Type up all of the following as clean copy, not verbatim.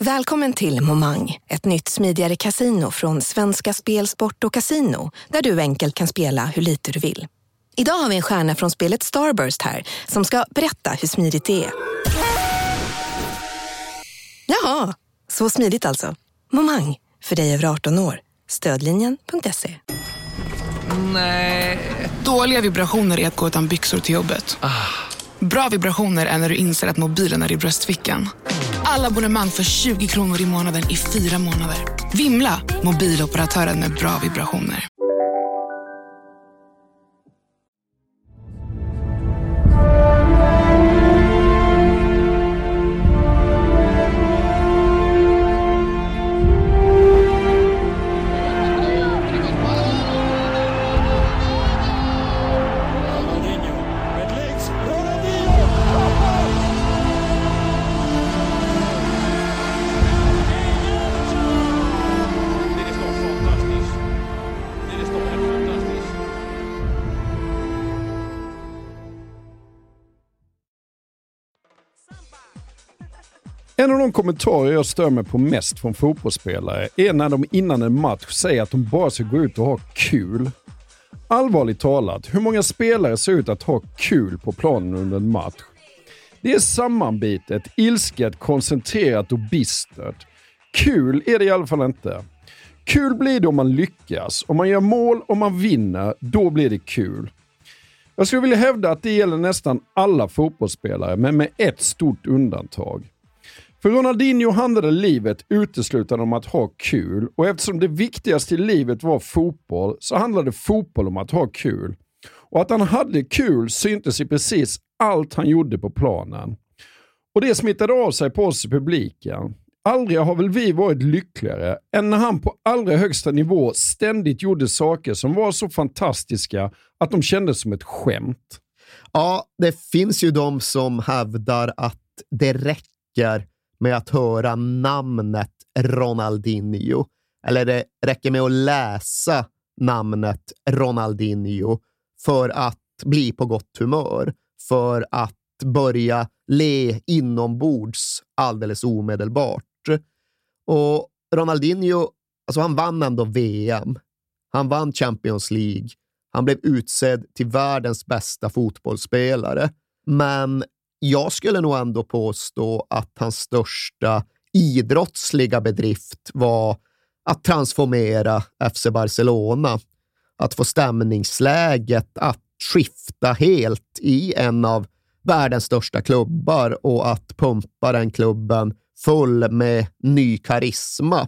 Välkommen till Momang, ett nytt smidigare casino från Svenska Spel, Sport och Casino, där du enkelt kan spela hur lite du vill. Idag har vi en stjärna från spelet Starburst här som ska berätta hur smidigt det är. Jaha, så smidigt alltså. Momang, för dig över 18 år. Stödlinjen.se. Nej. Dåliga vibrationer är att gå utan byxor till jobbet. Bra vibrationer är när du inser att mobilen är i bröstfickan. Alla abonnemang för 20 kronor i månaden i 4 månader. Vimla, mobiloperatören med bra vibrationer. En av de kommentarer jag stör mig på mest från fotbollsspelare är när de innan en match säger att de bara ska gå ut och ha kul. Allvarligt talat, hur många spelare ser ut att ha kul på planen under en match? Det är sammanbitet, ilsket, koncentrerat och bistert. Kul är det i alla fall inte. Kul blir det om man lyckas. Om man gör mål, om man vinner, då blir det kul. Jag skulle vilja hävda att det gäller nästan alla fotbollsspelare, men med ett stort undantag. För Ronaldinho handlade livet uteslutande om att ha kul, och eftersom det viktigaste i livet var fotboll så handlade fotboll om att ha kul. Och att han hade kul syntes i precis allt han gjorde på planen. Och det smittade av sig på oss i publiken. Aldrig har väl vi varit lyckligare än när han på allra högsta nivå ständigt gjorde saker som var så fantastiska att de kändes som ett skämt. Ja, det finns ju de som hävdar att det räcker med att höra namnet Ronaldinho. Eller det räcker med att läsa namnet Ronaldinho för att bli på gott humör. För att börja le inombords alldeles omedelbart. Och Ronaldinho, alltså han vann ändå VM. Han vann Champions League. Han blev utsedd till världens bästa fotbollsspelare. Men jag skulle nog ändå påstå att hans största idrottsliga bedrift var att transformera FC Barcelona. Att få stämningsläget att skifta helt i en av världens största klubbar och att pumpa den klubben full med ny karisma.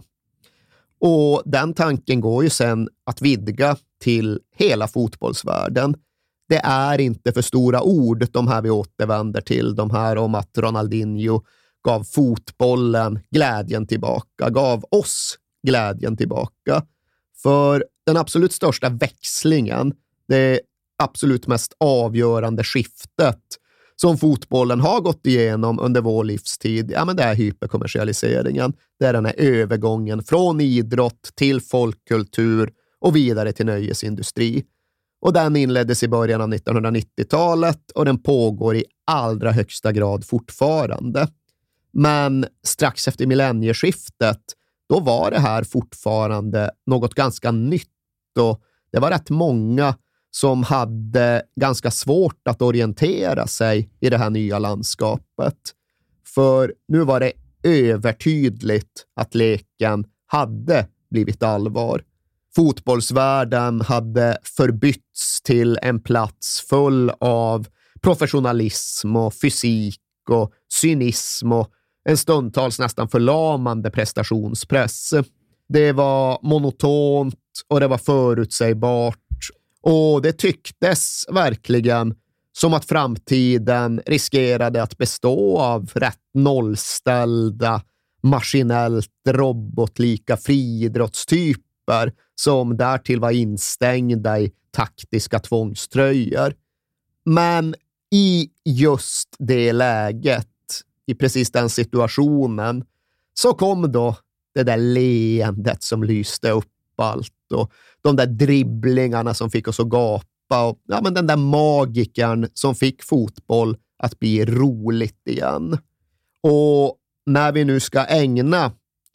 Och den tanken går ju sen att vidga till hela fotbollsvärlden. Det är inte för stora ord de här vi återvänder till, de här om att Ronaldinho gav fotbollen glädjen tillbaka, gav oss glädjen tillbaka. För den absolut största växlingen, det absolut mest avgörande skiftet som fotbollen har gått igenom under vår livstid, ja men det är hyperkommersialiseringen. Det är den här övergången från idrott till folkkultur och vidare till nöjesindustri. Och den inleddes i början av 1990-talet och den pågår i allra högsta grad fortfarande. Men strax efter millennieskiftet, då var det här fortfarande något ganska nytt och det var rätt många som hade ganska svårt att orientera sig i det här nya landskapet. För nu var det övertydligt att leken hade blivit allvar. Fotbollsvärlden hade förbytts till en plats full av professionalism och fysik och cynism och en stundtals nästan förlamande prestationspress. Det var monotont och det var förutsägbart och det tycktes verkligen som att framtiden riskerade att bestå av rätt nollställda, maskinellt robotlika friidrottstyper som därtill var instängda i taktiska tvångströjor. Men i just det läget, i precis den situationen, så kom då det där leendet som lyste upp allt och de där dribblingarna som fick oss att gapa och ja, men den där magikern som fick fotboll att bli roligt igen. Och när vi nu ska ägna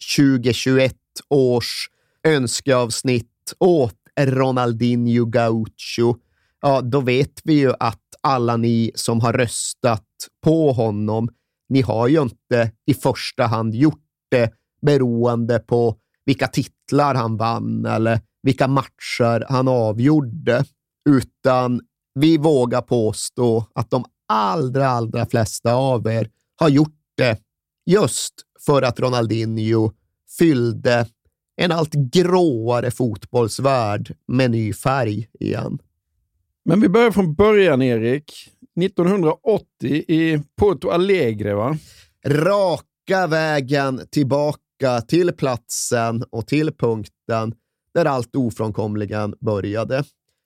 2021 års önskeavsnitt åt Ronaldinho Gaucho, ja, då vet vi ju att alla ni som har röstat på honom, ni har ju inte i första hand gjort det beroende på vilka titlar han vann eller vilka matcher han avgjorde, utan vi vågar påstå att de allra flesta av er har gjort det just för att Ronaldinho fyllde en allt gråare fotbollsvärld med ny färg igen. Men vi börjar från början, Erik. 1980 i Porto Alegre, va? Raka vägen tillbaka till platsen och till punkten där allt ofrånkomligen började.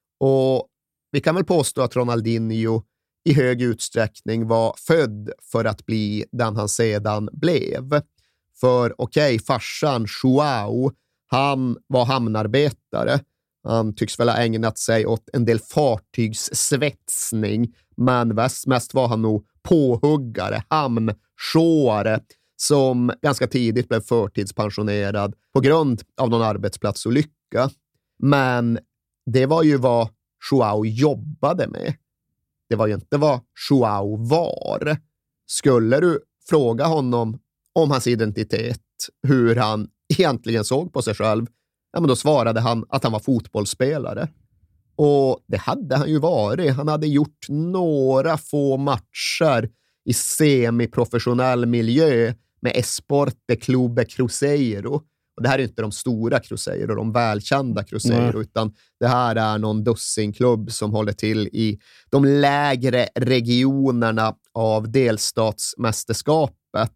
Och vi kan väl påstå att Ronaldinho i hög utsträckning var född för att bli den han sedan blev. För farsan Joao, han var hamnarbetare. Han tycks väl ha ägnat sig åt en del fartygssvetsning, men mest var han nog påhuggare, hamnsjåare, som ganska tidigt blev förtidspensionerad på grund av någon arbetsplatsolycka. Men det var ju vad Joao jobbade med. Det var ju inte vad Joao var. Skulle du fråga honom om hans identitet, hur han egentligen såg på sig själv, ja, men då svarade han att han var fotbollsspelare. Och det hade han ju varit. Han hade gjort några få matcher i semiprofessionell miljö med Esporte Clube Cruzeiro. Och det här är inte de stora Cruzeiro, de välkända Cruzeiro, utan det här är någon dussinklubb som håller till i de lägre regionerna av delstatsmästerskapet.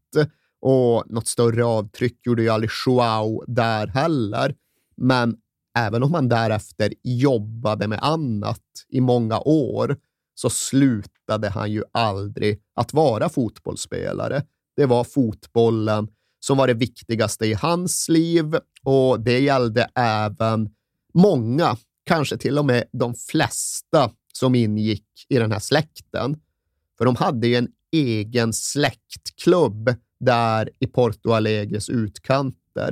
Och något större avtryck gjorde ju aldrig Joao där heller. Men även om han därefter jobbade med annat i många år, så slutade han ju aldrig att vara fotbollsspelare. Det var fotbollen som var det viktigaste i hans liv, och det gällde även många, kanske till och med de flesta som ingick i den här släkten. För de hade ju en egen släktklubb där i Porto Alegres utkanter.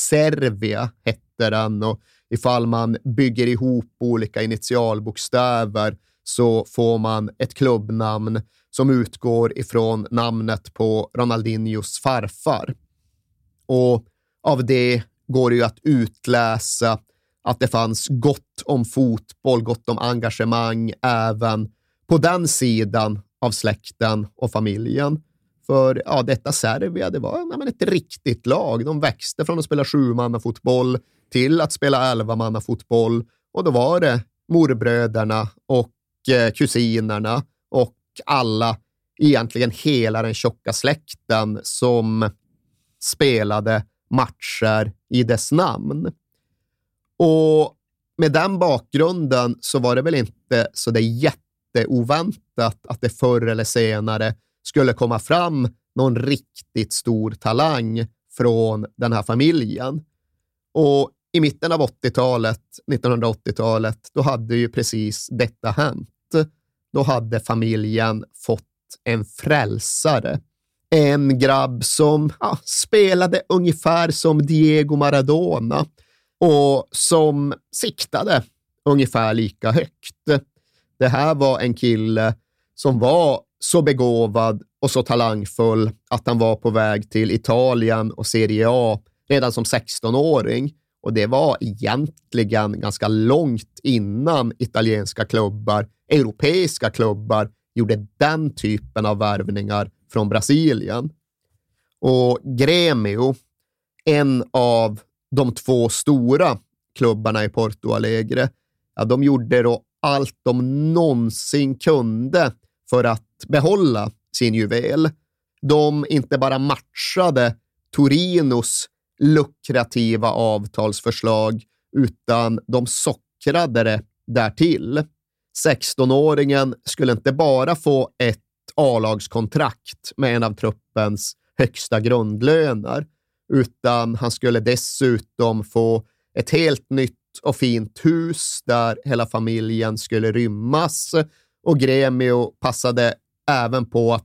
Servia hette den, och ifall man bygger ihop olika initialbokstäver så får man ett klubbnamn som utgår ifrån namnet på Ronaldinhos farfar. Och av det går det ju att utläsa att det fanns gott om fotboll, gott om engagemang även på den sidan av släkten och familjen. För ja, detta Servia, det var ett riktigt lag. De växte från att spela 7-mannafotboll till att spela 11-mannafotboll. Och då var det morbröderna och kusinerna och alla, egentligen hela den tjocka släkten, som spelade matcher i dess namn. Och med den bakgrunden så var det väl inte så det jätteoväntat att det förr eller senare skulle komma fram någon riktigt stor talang från den här familjen. Och i mitten av 80-talet, 1980-talet, då hade ju precis detta hänt. Då hade familjen fått en frälsare. En grabb som spelade ungefär som Diego Maradona och som siktade ungefär lika högt. Det här var en kille som var så begåvad och så talangfull att han var på väg till Italien och Serie A redan som 16-åring. Och det var egentligen ganska långt innan italienska klubbar, europeiska klubbar, gjorde den typen av värvningar från Brasilien. Och Grêmio, en av de två stora klubbarna i Porto Alegre, ja, de gjorde då allt de någonsin kunde för att behålla sin juvel. De inte bara matchade Torinos lukrativa avtalsförslag, utan de sockrade det därtill. 16-åringen skulle inte bara få ett A-lagskontrakt med en av truppens högsta grundlöner, utan han skulle dessutom få ett helt nytt och fint hus där hela familjen skulle rymmas, och Grêmio passade även på att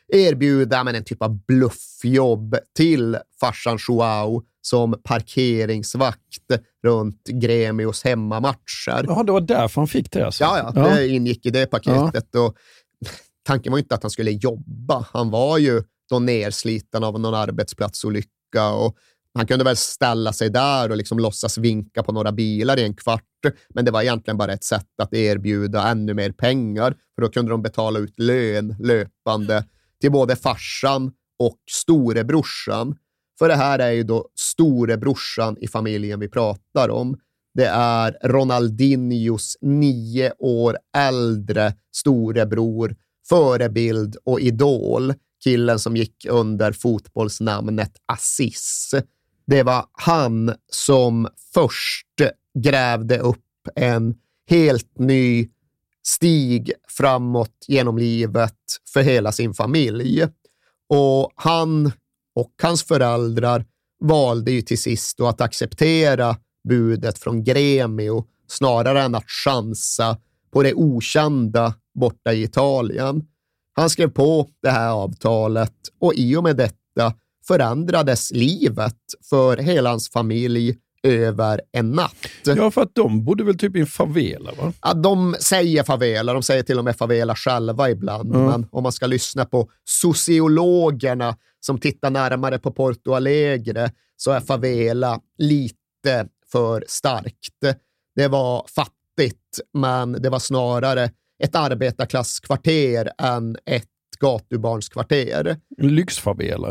erbjuda en typ av bluffjobb till farsan Joao som parkeringsvakt runt Gremios hemmamatcher. Ja, det var därför han fick det alltså. Ja, det ingick i det paketet. Ja. Och tanken var inte att han skulle jobba. Han var ju då nersliten av någon arbetsplatsolycka och han kunde väl ställa sig där och liksom låtsas vinka på några bilar i en kvart. Men det var egentligen bara ett sätt att erbjuda ännu mer pengar. För då kunde de betala ut lön löpande till både farsan och storebrorsan. För det här är ju då storebrorsan i familjen vi pratar om. Det är Ronaldinhos 9 år äldre storebror, förebild och idol. Killen som gick under fotbollsnamnet Assis. Det var han som först grävde upp en helt ny stig framåt genom livet för hela sin familj. Och han och hans föräldrar valde ju till sist då att acceptera budet från Gremio snarare än att chansa på det okända borta i Italien. Han skrev på det här avtalet och i och med detta förändrades livet för hela hans familj över en natt. Ja, för att de bodde väl typ i en favela, va? Ja, de säger favela, de säger till och med favela själva ibland. Men om man ska lyssna på sociologerna som tittar närmare på Porto Alegre så är favela lite för starkt. Det var fattigt, men det var snarare ett arbetarklasskvarter än ett gatubarnskvarter. Lyxfavela.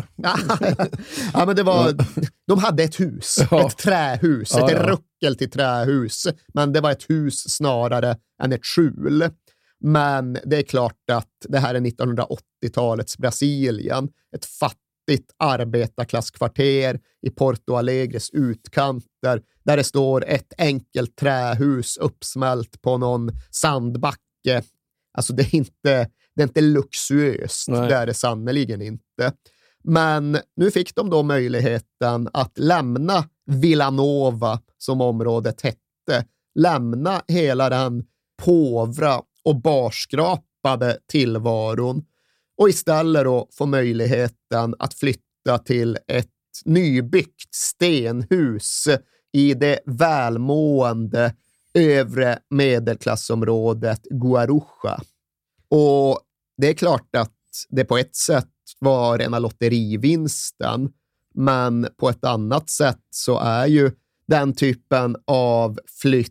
Ja, men det var, de hade ett hus, ett trähus, ett ruckel till trähus, men det var ett hus snarare än ett skjul. Men det är klart att det här är 1980-talets Brasilien, ett fattigt arbetarklasskvarter i Porto Alegres utkanter, där det står ett enkelt trähus uppsmält på någon sandbacke. Alltså det är inte luxuöst, det är det sannoliken inte. Men nu fick de då möjligheten att lämna Villanova, som området hette, lämna hela den påvra och barskrapade tillvaron och istället då få möjligheten att flytta till ett nybyggt stenhus i det välmående övre medelklassområdet Guarujá. Och det är klart att det på ett sätt var rena lotterivinsten, men på ett annat sätt så är ju den typen av flytt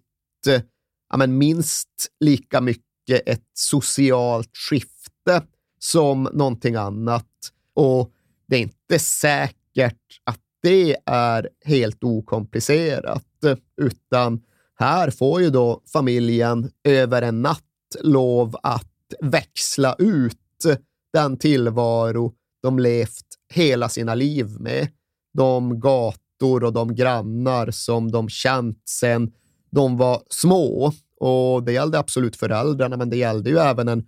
minst lika mycket ett socialt skifte som någonting annat. Och det är inte säkert att det är helt okomplicerat, utan här får ju då familjen över en natt lov att växla ut den tillvaro de levt hela sina liv med. De gator och de grannar som de känt sedan de var små. Och det gällde absolut föräldrarna, men det gällde ju även en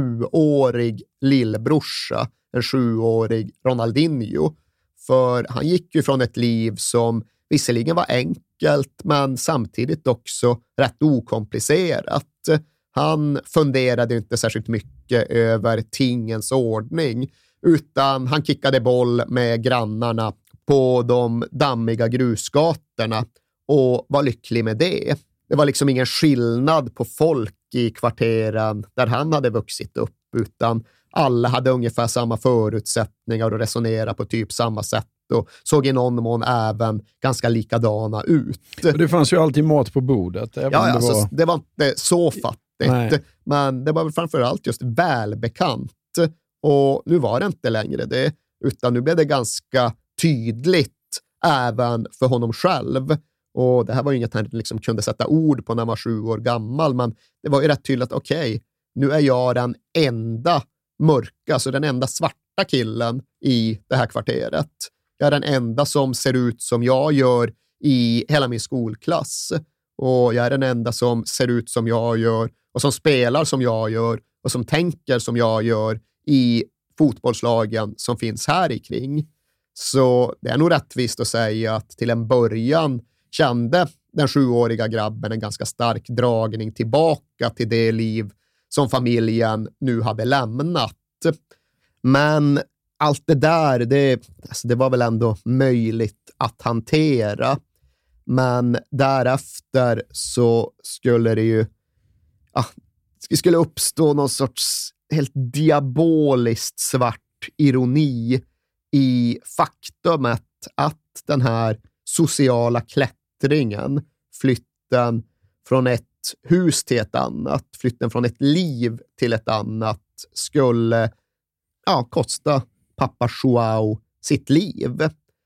7-årig lillbrorsa, en 7-årig Ronaldinho. För han gick ju från ett liv som visserligen var enkelt, men samtidigt också rätt okomplicerat. Han funderade inte särskilt mycket över tingens ordning, utan han kickade boll med grannarna på de dammiga grusgatorna och var lycklig med det. Det var liksom ingen skillnad på folk i kvarteren där han hade vuxit upp, utan alla hade ungefär samma förutsättningar och resonera på typ samma sätt och såg i någon mån även ganska likadana ut. Det fanns ju alltid mat på bordet. Det var inte så fattigt. Nej. Men det var väl framförallt just välbekant. Och nu var det inte längre det, utan nu blev det ganska tydligt även för honom själv. Och det här var ju inget han liksom kunde sätta ord på när han var 7 år gammal, men det var ju rätt tydligt att okej, nu är jag den enda mörka, så den enda svarta killen i det här kvarteret. Jag är den enda som ser ut som jag gör i hela min skolklass. Och jag är den enda som ser ut som jag gör och som spelar som jag gör och som tänker som jag gör i fotbollslagen som finns här i kring. Så det är nog rättvist att säga att till en början kände den 7-åriga grabben en ganska stark dragning tillbaka till det liv som familjen nu hade lämnat. Men allt det där, det var väl ändå möjligt att hantera. Men därefter så skulle det ju det skulle uppstå någon sorts helt diaboliskt svart ironi i faktumet att den här sociala klättringen, flytten från ett hus till ett annat, flytten från ett liv till ett annat skulle kosta pappa Joao sitt liv.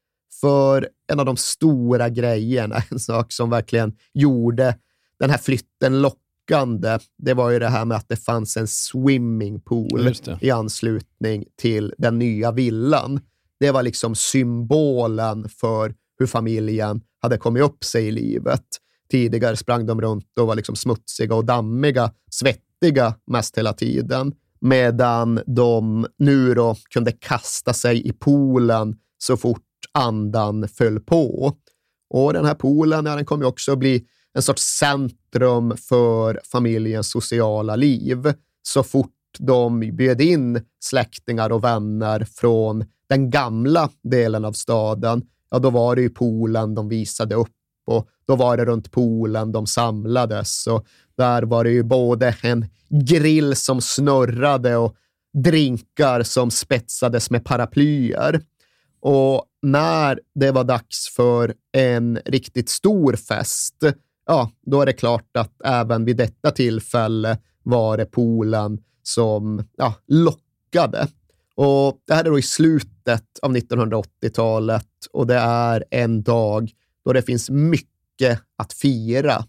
För en av de stora grejerna, en sak som verkligen gjorde den här flytten lockande, det var ju det här med att det fanns en swimmingpool i anslutning till den nya villan. Det var liksom symbolen för hur familjen hade kommit upp sig i livet. Tidigare sprang de runt och var liksom smutsiga och dammiga, svettiga mest hela tiden. Medan de nu då kunde kasta sig i poolen så fort andan föll på. Och den här poolen, den kommer också att bli en sorts centrum för familjens sociala liv. Så fort de bjöd in släktingar och vänner från den gamla delen av staden, då var det ju poolen de visade upp, och då var det runt poolen de samlades, och där var det ju både en grill som snurrade och drinkar som spetsades med paraplyer. Och när det var dags för en riktigt stor fest, då är det klart att även vid detta tillfälle var det poolen som lockade. Och det här är då i slutet av 1980-talet, och det är en dag då det finns mycket att fira.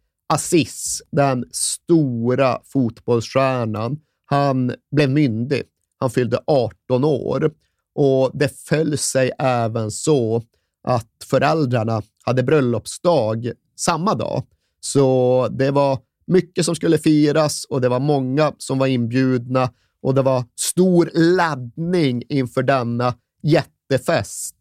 Aziz, den stora fotbollsstjärnan, han blev myndig. Han fyllde 18 år. Och det föll sig även så att föräldrarna hade bröllopsdag samma dag. Så det var mycket som skulle firas, och det var många som var inbjudna, och det var stor laddning inför denna jättefest.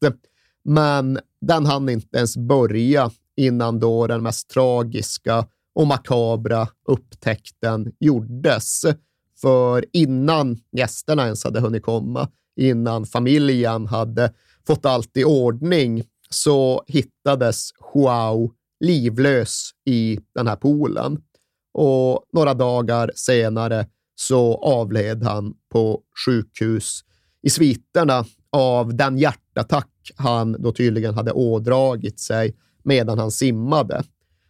Men den hann inte ens börja innan då den mest tragiska och makabra upptäckten gjordes. För innan gästerna ens hade hunnit komma, innan familjen hade fått allt i ordning, så hittades Joao livlös i den här poolen. Och några dagar senare så avled han på sjukhus i sviterna av den hjärtattack han då tydligen hade ådragit sig medan han simmade.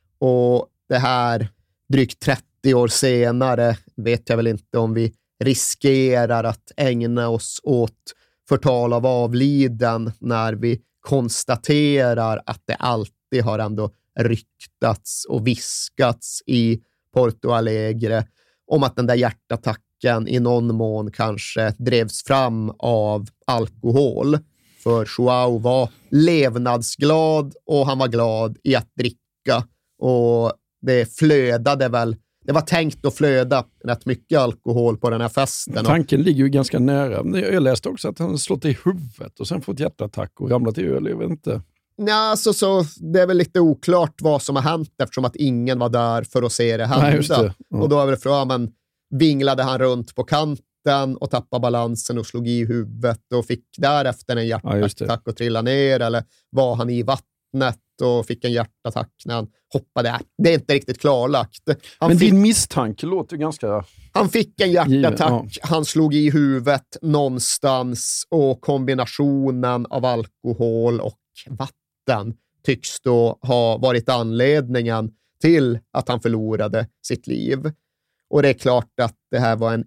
Och det här drygt 30 år senare vet jag väl inte om vi riskerar att ägna oss åt förtal av avliden när vi konstaterar att det alltid har ändå ryktats och viskats i Porto Alegre om att den där hjärtattacken i någon mån kanske drevs fram av alkohol. För Joao var levnadsglad, och han var glad i att dricka, och det flödade väl. Det var tänkt att flöda rätt mycket alkohol på den här festen. Tanken ligger ju ganska nära. Jag läste också att han slått i huvudet och sen fått hjärtattack och ramlat i öl, jag vet inte. Ja, så det är väl lite oklart vad som har hänt, eftersom att ingen var där för att se det hända. Nej, just det. Ja. Och då är väl frågan, vinglade han runt på kanten och tappade balansen och slog i huvudet och fick därefter en hjärtattack och trilla ner, eller var han i vattnet och fick en hjärtattack när han hoppade? Det är inte riktigt klarlagt. Men din misstanke låter ganska... Han fick en hjärtattack, han slog i huvudet någonstans, och kombinationen av alkohol och vatten tycks då ha varit anledningen till att han förlorade sitt liv. Och det är klart att det här var en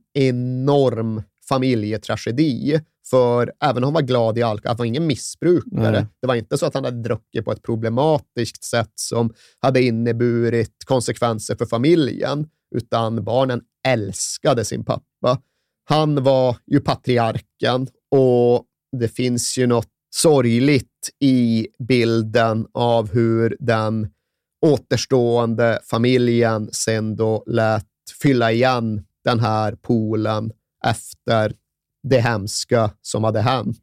enorm familjetragedi, för även om han var glad i alkohol, han var ingen missbrukare. Nej. Det var inte så att han hade druckit på ett problematiskt sätt som hade inneburit konsekvenser för familjen, utan barnen älskade sin pappa. Han var ju patriarken, och det finns ju något sorgligt i bilden av hur den återstående familjen sen då lät fylla igen den här poolen efter det hemska som hade hänt.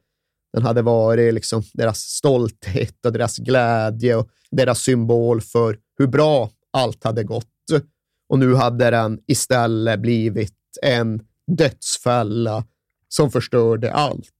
Den hade varit liksom deras stolthet och deras glädje och deras symbol för hur bra allt hade gått. Och nu hade den istället blivit en dödsfälla som förstörde allt.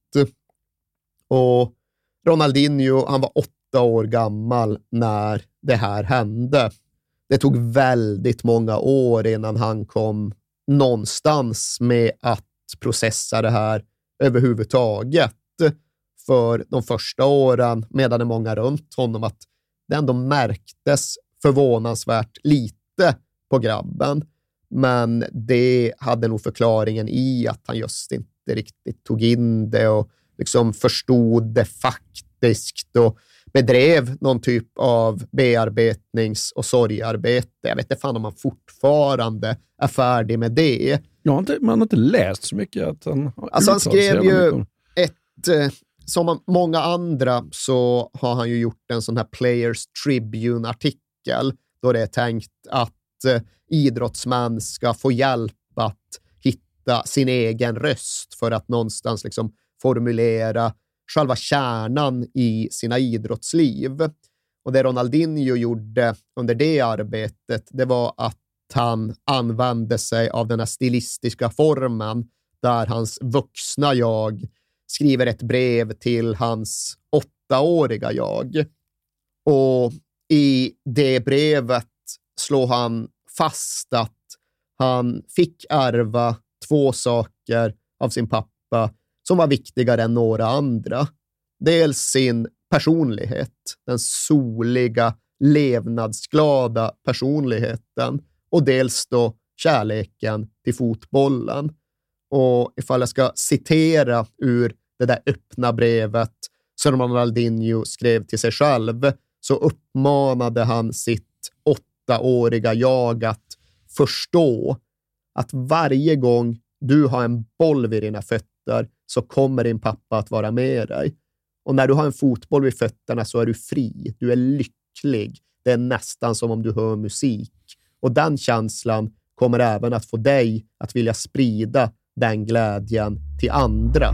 Och Ronaldinho, han var 8 år gammal när det här hände. Det tog väldigt många år innan han kom någonstans med att processa det här överhuvudtaget. För de första åren menade många runt honom att det ändå märktes förvånansvärt lite på grabben. Men det hade nog förklaringen i att han just inte riktigt tog in det och liksom förstod det faktiskt och bedrev någon typ av bearbetnings- och sorgarbete. Jag vet inte fan om man fortfarande är färdig med det. Ja, man har inte läst så mycket. Att han skrev ju som många andra så har han ju gjort en sån här Players Tribune-artikel då det är tänkt att idrottsmän ska få hjälp att hitta sin egen röst för att någonstans liksom formulera själva kärnan i sina idrottsliv. Och det Ronaldinho gjorde under det arbetet, det var att han använde sig av den här stilistiska formen där hans vuxna jag skriver ett brev till hans 8-åriga jag. Och i det brevet slår han fast att han fick ärva 2 saker av sin pappa som var viktigare än några andra. Dels sin personlighet, den soliga, levnadsglada personligheten och dels då kärleken till fotbollen. Och ifall jag ska citera ur det där öppna brevet som Ronaldinho skrev till sig själv så uppmanade han sitt 8-åriga jag att förstå att varje gång du har en boll vid dina fötter så kommer din pappa att vara med dig. Och när du har en fotboll vid fötterna så är du fri. Du är lycklig. Det är nästan som om du hör musik. Och den känslan kommer även att få dig att vilja sprida den glädjen till andra.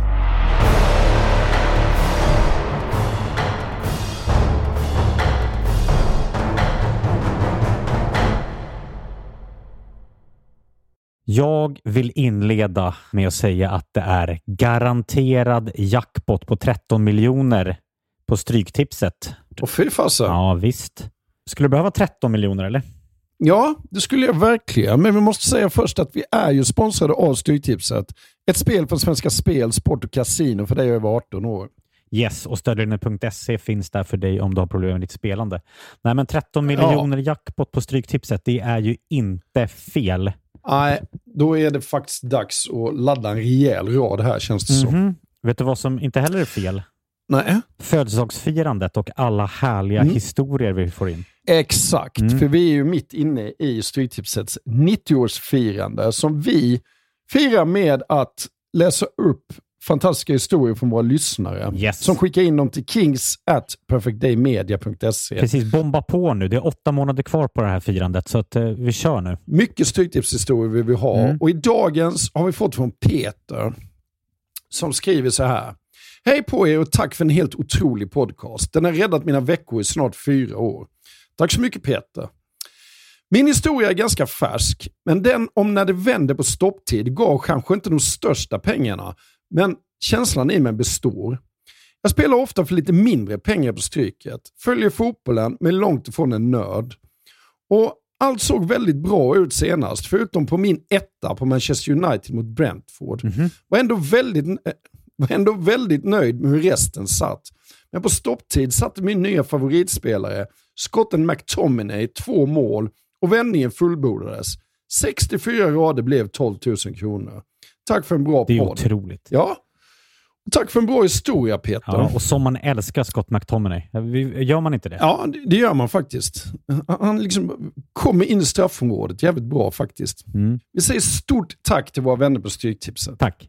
Jag vill inleda med att säga att det är garanterad jackpot på 13 miljoner på Stryktipset. Och fy fasen. Ja, visst. Skulle du behöva 13 miljoner eller? Ja, det skulle jag verkligen. Men vi måste säga först att vi är ju sponsrade av Stryktipset. Ett spel från Svenska Spel, Sport och Casino för dig över 18 år. Yes, och stödlinjen.se finns där för dig om du har problem med ditt spelande. Nej, men 13 miljoner jackpot på Stryktipset, det är ju inte fel. Nej, då är det faktiskt dags att ladda en rejäl rad här, känns det så. Vet du vad som inte heller är fel? Nej. Födelsedagsfirandet och alla härliga historier vi får in. Exakt, för vi är ju mitt inne i Stryktipsets 90-årsfirande som vi firar med att läsa upp fantastiska historier från våra lyssnare. Yes. Som skickar in dem till kings@perfectdaymedia.se. Precis, bomba på nu. Det är 8 månader kvar på det här firandet så att vi kör nu. Mycket Stryktipshistorier vi vill ha. Och i dagens har vi fått från Peter som skriver så här. Hej på er och tack för en helt otrolig podcast. Den har räddat mina veckor i snart 4 år. Tack så mycket Peter. Min historia är ganska färsk, men den om när det vände på stopptid gav kanske inte de största pengarna. Men känslan i mig består. Jag spelar ofta för lite mindre pengar på Stryket. Följer fotbollen men långt ifrån en nörd. Och allt såg väldigt bra ut senast. Förutom på min 1 på Manchester United mot Brentford. Var ändå väldigt nöjd med hur resten satt. Men på stopptid satte min nya favoritspelare Scotten McTominay 2 mål och vändningen fullbordades. 64 rader blev 12 000 kronor. Tack för en bra podd. Det är otroligt. Ja. Tack för en bra historia, Peter. Ja, och som man älskar Scott McTominay. Gör man inte det? Ja, det gör man faktiskt. Han liksom kommer in i straffområdet jävligt bra faktiskt. Vi säger stort tack till våra vänner på Stryktipset. Tack.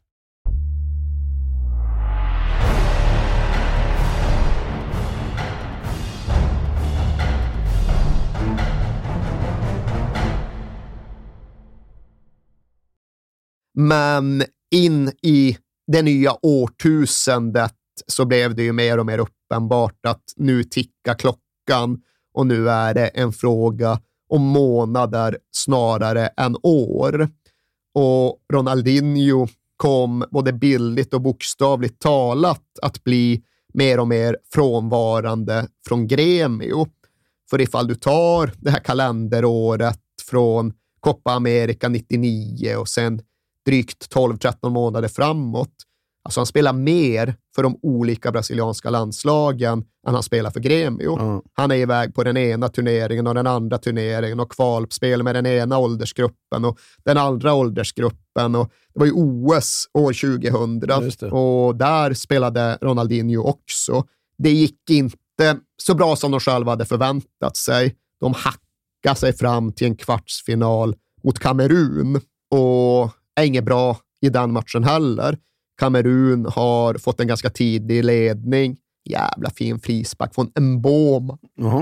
Men in i det nya årtusendet så blev det ju mer och mer uppenbart att nu tickar klockan och nu är det en fråga om månader snarare än år. Och Ronaldinho kom både bildligt och bokstavligt talat att bli mer och mer frånvarande från Gremio. För ifall du tar det här kalenderåret från Copa America 99 och sen drygt 12-13 månader framåt. Alltså han spelar mer för de olika brasilianska landslagen än han spelar för Gremio. Han är iväg på den ena turneringen och den andra turneringen och kvalspel med den ena åldersgruppen och den andra åldersgruppen. Och det var ju OS år 2000 och där spelade Ronaldinho också. Det gick inte så bra som de själva hade förväntat sig. De hackade sig fram till en kvartsfinal mot Kamerun och är inget bra i den matchen heller. Kamerun har fått en ganska tidig ledning. Jävla fin frispark från Mboma.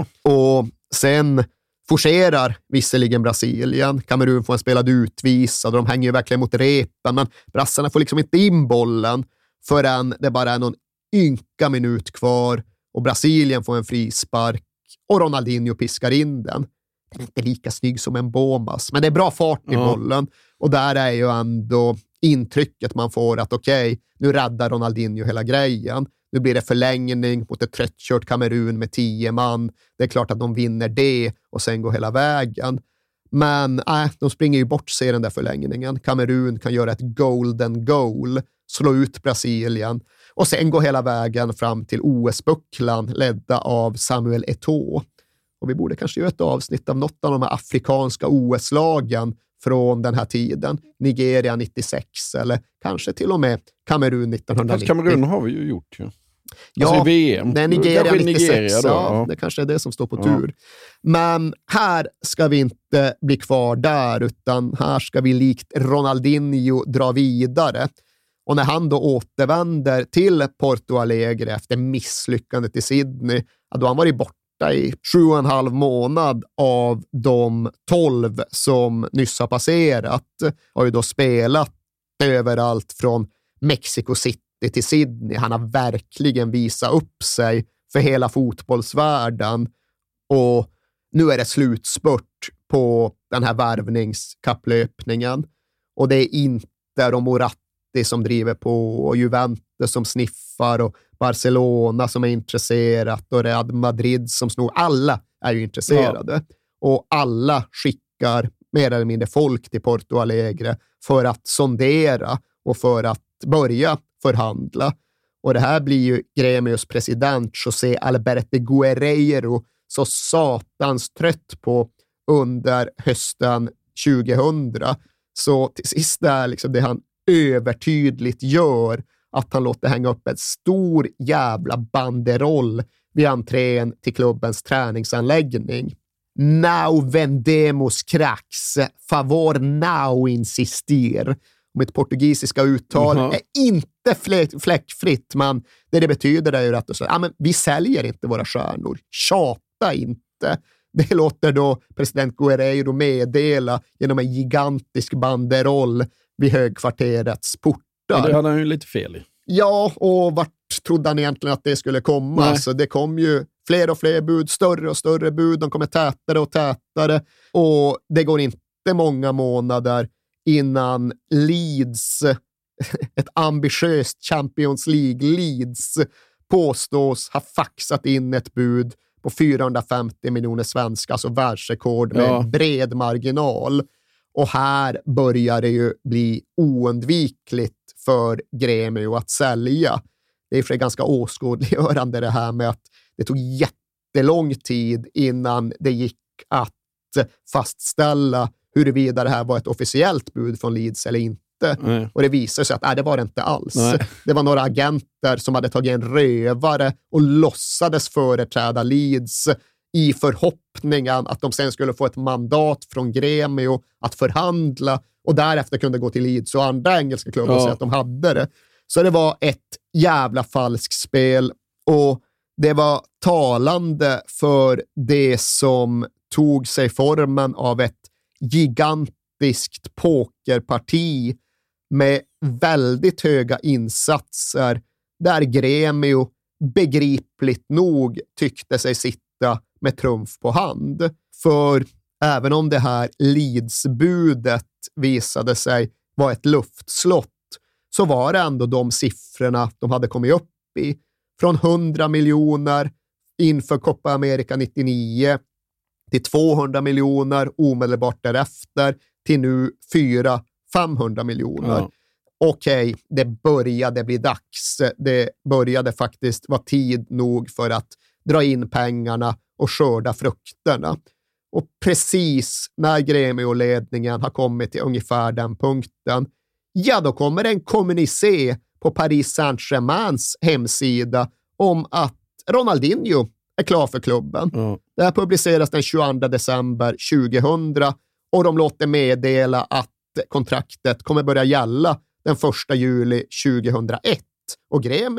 Och sen forcerar visserligen Brasilien. Kamerun får en spelad utvisad och de hänger ju verkligen mot repen. Men brassarna får liksom inte in bollen förrän det bara är någon ynka minut kvar och Brasilien får en frispark och Ronaldinho piskar in den. Den är inte lika snygg som Mbomas, men det är bra fart i bollen. Och där är ju ändå intrycket man får att okej, nu räddar Ronaldinho hela grejen. Nu blir det förlängning mot ett tröttkört Kamerun med 10 man. Det är klart att de vinner det och sen går hela vägen. Men de springer ju bort sig i den där förlängningen. Kamerun kan göra ett golden goal, slå ut Brasilien och sen gå hela vägen fram till OS-bucklan ledda av Samuel Eto'o. Och vi borde kanske göra ett avsnitt av något av de här afrikanska OS-lagen från den här tiden. Nigeria 96 eller kanske till och med Kamerun 1990. Fast Kamerun har vi ju gjort ju. Ja, alltså i VM. Det är Nigeria 96. Nigeria då, ja, det kanske är det som står på tur. Men här ska vi inte bli kvar där, utan här ska vi likt Ronaldinho dra vidare. Och när han då återvänder till Porto Alegre efter misslyckandet i Sydney, då har han varit borta i 7,5 månad av de 12 som nyss har passerat. Har ju då spelat överallt från Mexico City till Sydney. Han har verkligen visat upp sig för hela fotbollsvärlden och nu är det slutspurt på den här värvningskapplöpningen och det är inte Moratti som driver på och Juventus som sniffar och Barcelona som är intresserat och Real Madrid som snor. Alla är ju intresserade och alla skickar mer eller mindre folk till Porto Alegre för att sondera och för att börja förhandla. Och det här blir ju Gremios president José Alberto Guerreiro så satans trött på under hösten 2000. Så till sist är liksom det han övertydligt gör att han låter hänga upp en stor jävla banderoll vid entrén till klubbens träningsanläggning. Now vendemos cracks, favor now insistir. Mitt portugisiska uttal är inte fläckfritt, men det betyder är ju att men vi säljer inte våra stjärnor. Tjata inte. Det låter då president Guerreiro meddela genom en gigantisk banderoll vid högkvarterets portar. Ja, det hade han ju lite fel i. Ja, och vart trodde han egentligen att det skulle komma? Alltså, det kom ju fler och fler bud, större och större bud. De kommer tätare och tätare. Och det går inte många månader innan Leeds, ett ambitiöst Champions League Leeds, påstås ha faxat in ett bud på 450 miljoner svenska, alltså världsrekord med bred marginal. Och här börjar det ju bli oundvikligt för Gremio att sälja. Det är för ganska åskådliggörande det här med att det tog jättelång tid innan det gick att fastställa huruvida det här var ett officiellt bud från Leeds eller inte. Och det visade sig att det var det inte alls. Det var några agenter som hade tagit en rövare och låtsades företräda Leeds i förhoppningen att de sen skulle få ett mandat från Gremio att förhandla och därefter kunde gå till Leeds och andra engelska klubbar och säga att de hade det. Så det var ett jävla falskspel och det var talande för det som tog sig formen av ett gigantiskt pokerparti med väldigt höga insatser där Gremio begripligt nog tyckte sig sitta med trumf på hand. För även om det här Leeds-budet visade sig vara ett luftslott så var det ändå de siffrorna de hade kommit upp i. Från 100 miljoner inför Copa America 99 till 200 miljoner omedelbart därefter till nu 400-500 miljoner. Ja. Okej, det började bli dags. Det började faktiskt vara tid nog för att dra in pengarna och skörda frukterna. Och precis när Gremio-ledningen har kommit till ungefär den punkten, ja, då kommer en kommuniké på Paris Saint-Germains hemsida om att Ronaldinho är klar för klubben. Det här publiceras den 22 december 2000 och de låter meddela att kontraktet kommer börja gälla den 1 juli 2001. Och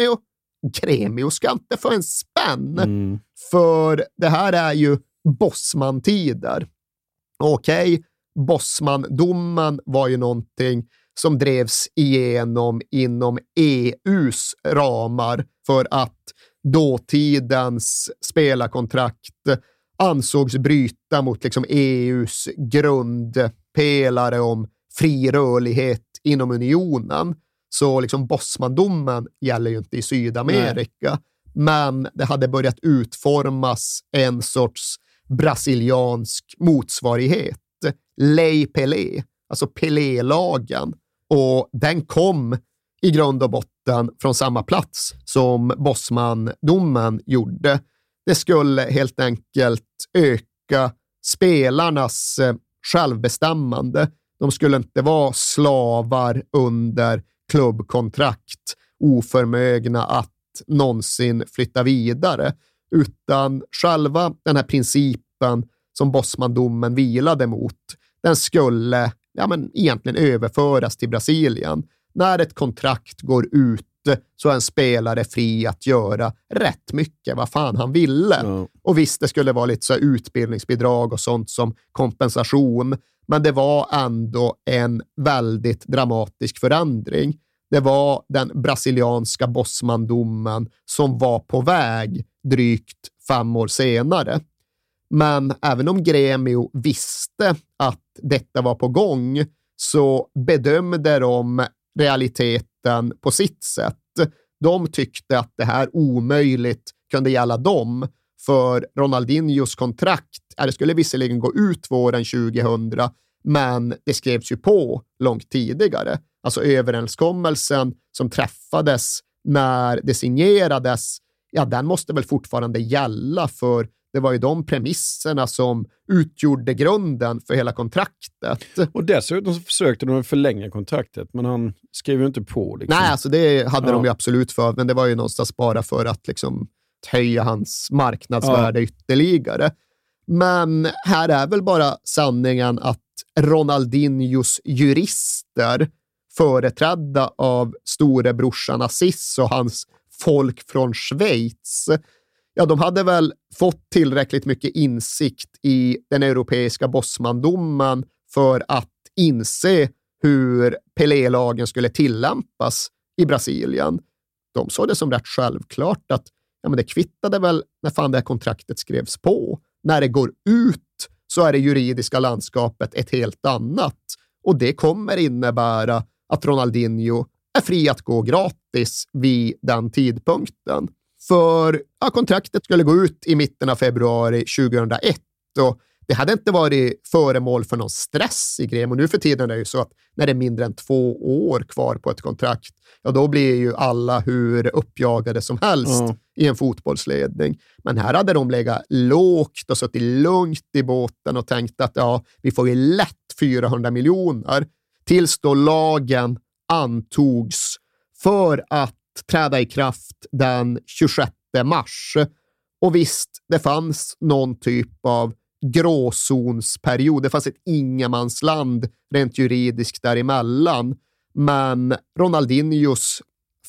Gremio ska inte få en spänn. För det här är ju Bosman-tider. Okej, Bosman-domen var ju någonting som drevs igenom inom EUs ramar för att dåtidens spelarkontrakt ansågs bryta mot liksom EUs grundpelare om fri rörlighet inom unionen. Så liksom Bosman-domen gäller ju inte i Sydamerika. Nej. Men det hade börjat utformas en sorts brasiliansk motsvarighet. Lei Pelé, alltså Pelé-lagen. Och den kom i grund och botten från samma plats som Bosman-domen gjorde. Det skulle helt enkelt öka spelarnas självbestämmande. De skulle inte vara slavar under klubbkontrakt, oförmögna att någonsin flytta vidare, utan själva den här principen som Bosman-domen vilade mot, den skulle egentligen överföras till Brasilien. När ett kontrakt går ut så är en spelare fri att göra rätt mycket vad fan han ville. Och visst, det skulle vara lite så utbildningsbidrag och sånt som kompensation, men det var ändå en väldigt dramatisk förändring. Det var den brasilianska Bosman-domen som var på väg drygt 5 år senare. Men även om Gremio visste att detta var på gång så bedömde de realiteten på sitt sätt. De tyckte att det här omöjligt kunde gälla dem, för Ronaldinhos kontrakt, det skulle visserligen gå ut våren 2000, men det skrevs ju på långt tidigare. Alltså överenskommelsen som träffades när det signerades, ja, den måste väl fortfarande gälla, för det var ju de premisserna som utgjorde grunden för hela kontraktet. Och dessutom så försökte de förlänga kontraktet, men han skrev ju inte på. Liksom. Nej, alltså det hade de ju absolut för, men det var ju någonstans bara för att liksom höja hans marknadsvärde ytterligare. Men här är väl bara sanningen att Ronaldinhos jurister, företrädda av storebrorsan Assis och hans folk från Schweiz, ja, de hade väl fått tillräckligt mycket insikt i den europeiska Bosman-domen för att inse hur Pelé-lagen skulle tillämpas i Brasilien. De såg det som rätt självklart att men det kvittade väl när fan det här kontraktet skrevs på. När det går ut så är det juridiska landskapet ett helt annat. Och det kommer innebära att Ronaldinho är fri att gå gratis vid den tidpunkten. För kontraktet skulle gå ut i mitten av februari 2001 och det hade inte varit föremål för någon stress i Gremio. Och nu för tiden är det ju så att när det är mindre än 2 år kvar på ett kontrakt, ja, då blir ju alla hur uppjagade som helst i en fotbollsledning. Men här hade de legat lågt och suttit lugnt i båten och tänkt att vi får ju lätt 400 miljoner tills då lagen antogs för att träda i kraft den 26 mars. Och visst, det fanns någon typ av gråzonsperiod. Det fanns ett ingenmansland rent juridiskt däremellan. Men Ronaldinhos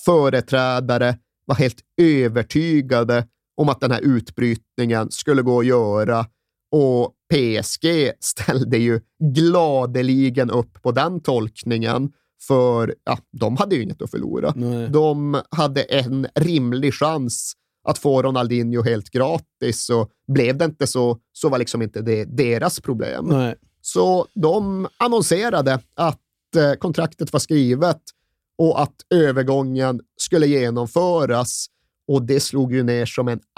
företrädare var helt övertygade om att den här utbrytningen skulle gå att göra. Och PSG ställde ju gladeligen upp på den tolkningen. För de hade ju inget att förlora. Nej. De hade en rimlig chans att få Ronaldinho helt gratis, och blev det inte så var liksom inte det deras problem. Nej. Så de annonserade att kontraktet var skrivet och att övergången skulle genomföras, och det slog ju ner som en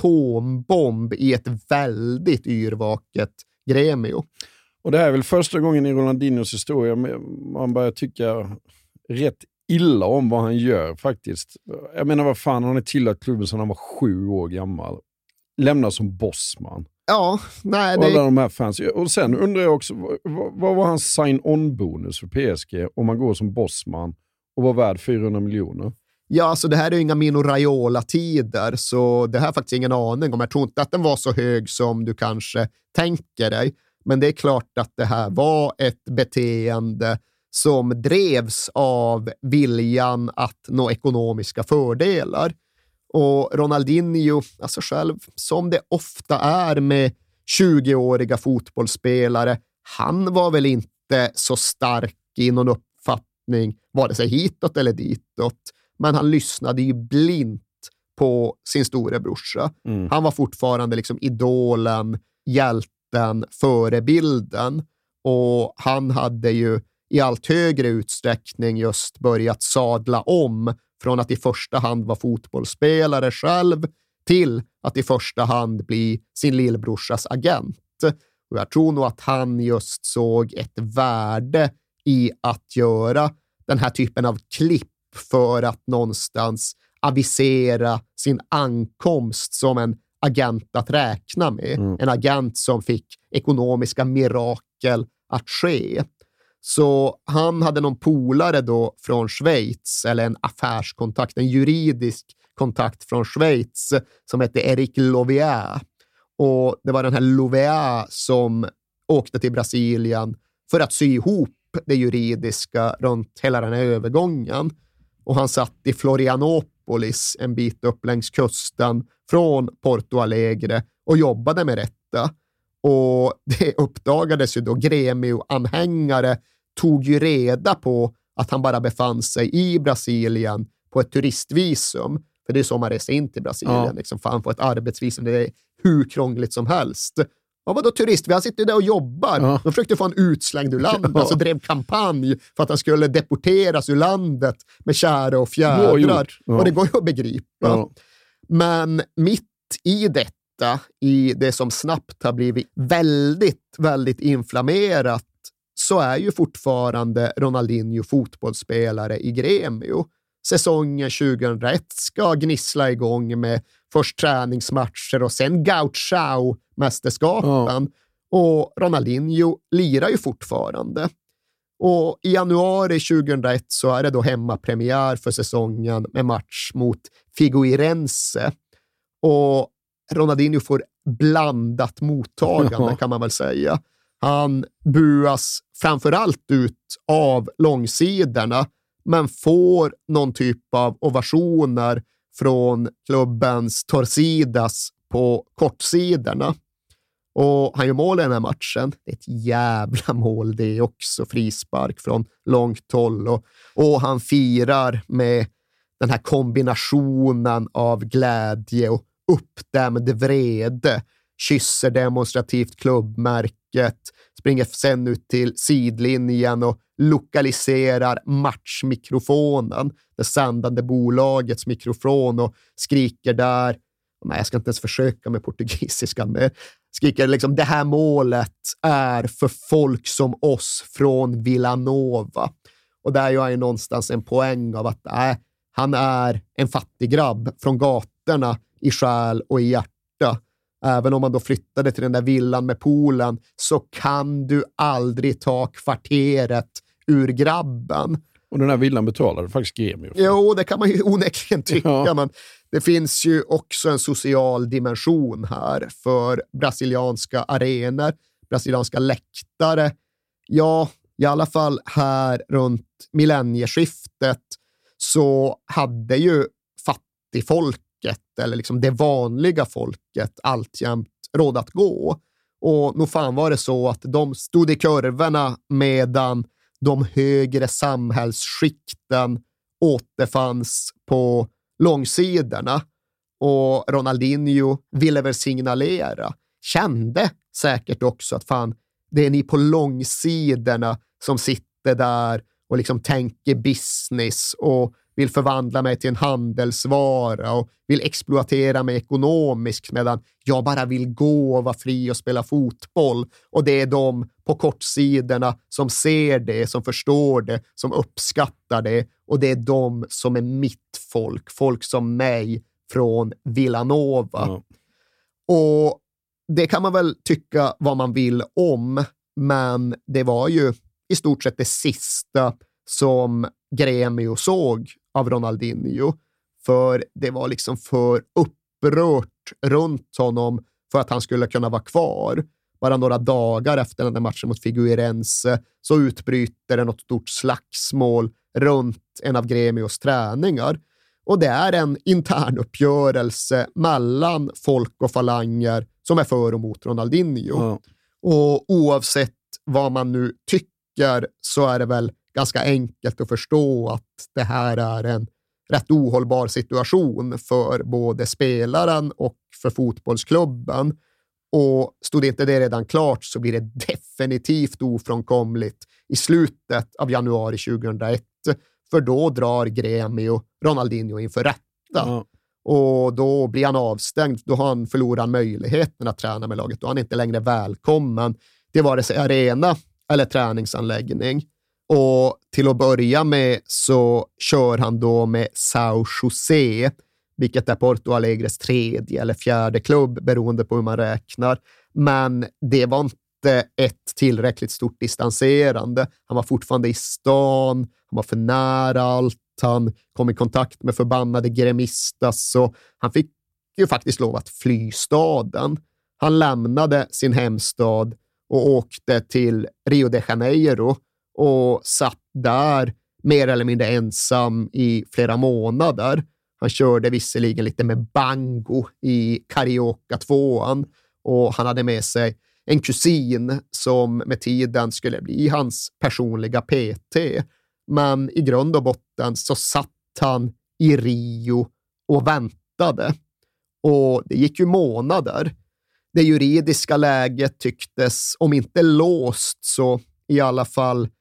atombomb i ett väldigt yrvaket Gremio. Och det här är väl första gången i Ronaldinhos historia man börjar tycka rätt illa om vad han gör faktiskt. Jag menar, vad fan, han är tillhört klubben sedan han var 7 år gammal. Lämnar som bossman. Ja, nej. Alla de här fans. Och sen undrar jag också, vad var hans sign-on-bonus för PSG om man går som bossman och var värd 400 miljoner? Ja, alltså det här är ju inga Mino Raiola-tider, så det här har faktiskt ingen aning om. Jag tror inte att den var så hög som du kanske tänker dig. Men det är klart att det här var ett beteende som drevs av viljan att nå ekonomiska fördelar. Och Ronaldinho, alltså själv, som det ofta är med 20-åriga fotbollsspelare, han var väl inte så stark i någon uppfattning, vare sig hitåt eller ditåt. Men han lyssnade ju blint på sin storebrorsa. Han var fortfarande liksom idolen, hjälten, förebilden. Och han hade ju i allt högre utsträckning just börjat sadla om från att i första hand vara fotbollsspelare själv till att i första hand bli sin lillbrorsas agent. Och jag tror nog att han just såg ett värde i att göra den här typen av klipp för att någonstans avisera sin ankomst som en agent att räkna med. En agent som fick ekonomiska mirakel att ske. Så han hade någon polare då från Schweiz, eller en affärskontakt, en juridisk kontakt från Schweiz som hette Eric Louvier. Och det var den här Louvier som åkte till Brasilien för att sy ihop det juridiska runt hela den här övergången. Och han satt i Florianopolis en bit upp längs kusten från Porto Alegre och jobbade med detta. Och det uppdagades ju då, Gremio-anhängare tog ju reda på att han bara befann sig i Brasilien på ett turistvisum. För det är så man reser in till Brasilien. Liksom, fan, på ett arbetsvisum, det är hur krångligt som helst. Ja, vadå turist? Vi har sitter där och jobbar. De försökte få en utslängd ur landet, alltså drev kampanj för att han skulle deporteras ur landet med kära och fjädrar. Och det går ju att begripa. Men mitt i detta, i det som snabbt har blivit väldigt, väldigt inflammerat, så är ju fortfarande Ronaldinho fotbollsspelare i Gremio. Säsongen 2001 ska gnissla igång med först träningsmatcher och sen Gauchão-mästerskapen. Och Ronaldinho lirar ju fortfarande. Och i januari 2001 så är det då hemmapremiär för säsongen med match mot Figueirense. Och Ronaldinho får blandat mottagande kan man väl säga. Han buas framförallt ut av långsidorna, men får någon typ av ovationer från klubbens torcidas på kortsidorna. Och han gör mål i den här matchen. Det är ett jävla mål det är också. Frispark från långt håll. Och han firar med den här kombinationen av glädje och uppdämd vrede. Kysser demonstrativt klubbmärket. Springer sen ut till sidlinjen och lokaliserar matchmikrofonen. Det sändande bolagets mikrofon och skriker där. Nej, jag ska inte ens försöka med portugisiska. Men skriker liksom, det här målet är för folk som oss från Villanova. Och där gör jag någonstans en poäng av att han är en fattig grabb från gatorna i själ och i hjärta. Även om man då flyttade till den där villan med poolen, så kan du aldrig ta kvarteret ur grabben. Och den här villan betalade faktiskt Gremio. Jo, det kan man ju onekligen tycka. Men det finns ju också en social dimension här för brasilianska arenor, brasilianska läktare. Ja, i alla fall här runt millennieskiftet så hade ju fattigfolket, eller liksom det vanliga folket, alltjämt råd att gå. Och nog fan var det så att de stod i kurvorna medan de högre samhällsskikten återfanns på långsidorna. Och Ronaldinho ville väl signalera, kände säkert också att fan, det är ni på långsidorna som sitter där och liksom tänker business och vill förvandla mig till en handelsvara och vill exploatera mig ekonomiskt medan jag bara vill gå och vara fri och spela fotboll. Och det är de på kortsidorna som ser det, som förstår det, som uppskattar det. Och det är de som är mitt folk, folk som mig från Villanova. Mm. Och det kan man väl tycka vad man vill om, men det var ju i stort sett det sista som Gremio såg av Ronaldinho. För det var liksom för upprört runt honom för att han skulle kunna vara kvar. Bara några dagar efter den där matchen mot Figueirense så utbryter det något stort slagsmål runt en av Gremios träningar. Och det är en intern uppgörelse mellan folk och falanger som är för och mot Ronaldinho. Mm. Och oavsett vad man nu tycker så är det väl ganska enkelt att förstå att det här är en rätt ohållbar situation för både spelaren och för fotbollsklubben. Och stod inte det redan klart så blir det definitivt ofrånkomligt i slutet av januari 2001. För då drar Gremio Ronaldinho inför rätta. Mm. Och då blir han avstängd. Då har han förlorat möjligheten att träna med laget. Då är han inte längre välkommen till vare sig arena eller träningsanläggning. Och till att börja med så kör han då med São José, vilket är Porto Alegres 3:e eller 4:e klubb beroende på hur man räknar. Men det var inte ett tillräckligt stort distanserande. Han var fortfarande i stan, han var för nära allt, han kom i kontakt med förbannade gremistas så han fick ju faktiskt lov att fly staden. Han lämnade sin hemstad och åkte till Rio de Janeiro och satt där mer eller mindre ensam i flera månader. Han körde visserligen lite med bango i Carioca 2:an och han hade med sig en kusin som med tiden skulle bli hans personliga PT. Men i grund och botten så satt han i Rio och väntade. Och det gick ju månader. Det juridiska läget tycktes, om inte låst så i alla fall